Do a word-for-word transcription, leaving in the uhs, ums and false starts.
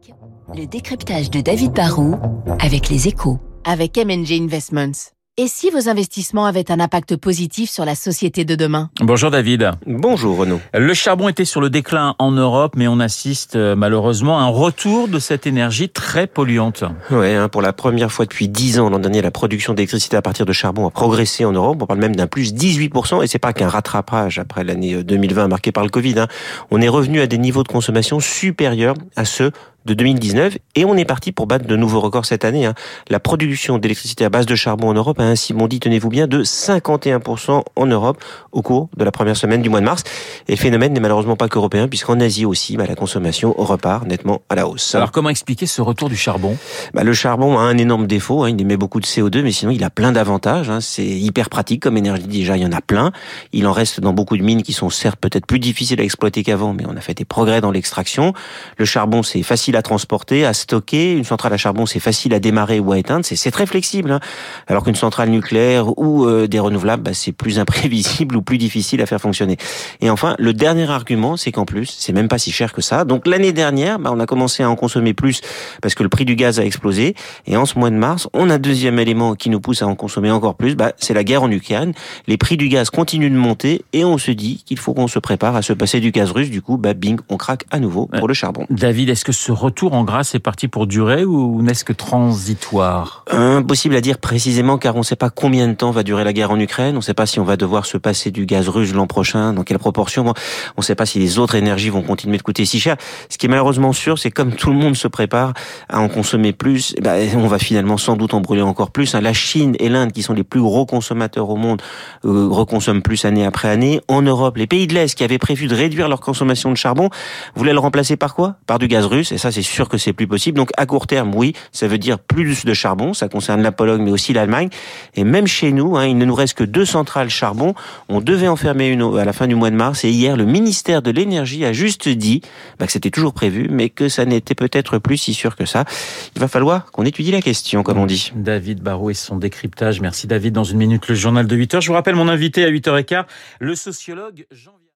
Le décryptage de David Barrault avec Les Échos. Avec M and G Investments. Et si vos investissements avaient un impact positif sur la société de demain ? Bonjour David. Bonjour Renaud. Le charbon était sur le déclin en Europe, mais on assiste malheureusement à un retour de cette énergie très polluante. Ouais, hein, pour la première fois depuis dix ans, l'an dernier, la production d'électricité à partir de charbon a progressé en Europe. On parle même d'un plus dix-huit pour cent, et c'est pas qu'un rattrapage après l'année deux mille vingt marquée par le Covid. Hein. On est revenu à des niveaux de consommation supérieurs à ceux de deux mille dix-neuf, et on est parti pour battre de nouveaux records cette année. Hein. La production d'électricité à base de charbon en Europe a ainsi bondi, tenez-vous bien, de cinquante et un pour cent en Europe au cours de la première semaine du mois de mars. Et le phénomène n'est malheureusement pas qu'européen, puisqu'en Asie aussi, bah, la consommation repart nettement à la hausse. Alors comment expliquer ce retour du charbon ? bah, Le charbon a un énorme défaut, hein, il émet beaucoup de C O deux, mais sinon il a plein d'avantages. Hein. C'est hyper pratique comme énergie, déjà il y en a plein. Il en reste dans beaucoup de mines qui sont certes peut-être plus difficiles à exploiter qu'avant, mais on a fait des progrès dans l'extraction. Le charbon, c'est facile à transporter, à stocker. Une centrale à charbon, c'est facile à démarrer ou à éteindre. C'est, c'est très flexible. Hein. Alors qu'une centrale nucléaire ou euh, des renouvelables, bah, c'est plus imprévisible ou plus difficile à faire fonctionner. Et enfin, le dernier argument, c'est qu'en plus, c'est même pas si cher que ça. Donc l'année dernière, bah, on a commencé à en consommer plus parce que le prix du gaz a explosé. Et en ce mois de mars, on a un deuxième élément qui nous pousse à en consommer encore plus. Bah, c'est la guerre en Ukraine. Les prix du gaz continuent de monter et on se dit qu'il faut qu'on se prépare à se passer du gaz russe. Du coup, bah, bing, on craque à nouveau pour le charbon. David, est-ce que ce retour en grâce est parti pour durer ou n'est-ce que transitoire ? Impossible à dire précisément car on ne sait pas combien de temps va durer la guerre en Ukraine. On ne sait pas si on va devoir se passer du gaz russe l'an prochain, dans quelle proportion. Bon, on ne sait pas si les autres énergies vont continuer de coûter si cher. Ce qui est malheureusement sûr, c'est comme tout le monde se prépare à en consommer plus, bah, on va finalement sans doute en brûler encore plus. La Chine et l'Inde, qui sont les plus gros consommateurs au monde, euh, reconsomment plus année après année. En Europe, les pays de l'Est qui avaient prévu de réduire leur consommation de charbon voulaient le remplacer par quoi ? Par du gaz russe. Et ça, c'est sûr que c'est plus possible. Donc à court terme, oui, ça veut dire plus de charbon. Ça concerne la Pologne, mais aussi l'Allemagne. Et même chez nous, hein, il ne nous reste que deux centrales charbon. On devait en fermer une à la fin du mois de mars. Et hier, le ministère de l'Énergie a juste dit bah, que c'était toujours prévu, mais que ça n'était peut-être plus si sûr que ça. Il va falloir qu'on étudie la question, comme on dit. David Barrault et son décryptage. Merci David. Dans une minute, le journal de huit heures. Je vous rappelle mon invité à huit heures quinze, le sociologue Jean